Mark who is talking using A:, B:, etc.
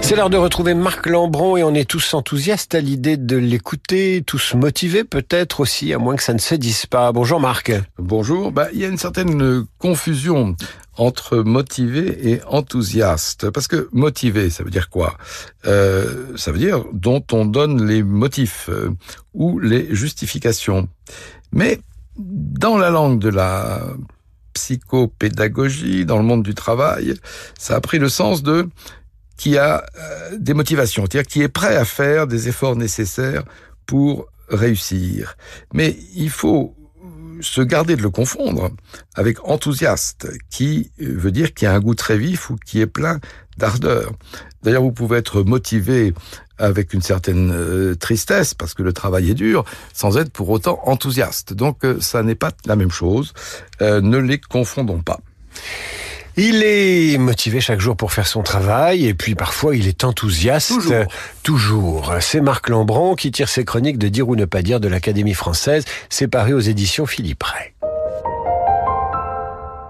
A: C'est l'heure de retrouver Marc Lambron et on est tous enthousiastes à l'idée de l'écouter, tous motivés peut-être aussi, à moins que ça ne se dise pas. Bonjour Marc.
B: Bonjour. Il y a une certaine confusion entre motivé et enthousiaste. Parce que motivé, ça veut dire quoi ? Ça veut dire dont on donne les motifs ou les justifications. Mais dans la langue de la psychopédagogie, dans le monde du travail, ça a pris le sens de qui a des motivations, c'est-à-dire qui est prêt à faire des efforts nécessaires pour réussir. Mais il faut se garder de le confondre avec enthousiaste, qui veut dire qui a un goût très vif ou qui est plein d'ardeur. D'ailleurs, vous pouvez être motivé avec une certaine tristesse, parce que le travail est dur, sans être pour autant enthousiaste. Donc, ça n'est pas la même chose. Ne les confondons pas.
A: Il est motivé chaque jour pour faire son travail et puis parfois il est enthousiaste. Toujours. C'est Marc Lambron qui tire ses chroniques de Dire ou ne pas dire de l'Académie française. C'est paru aux éditions Philippe Ray.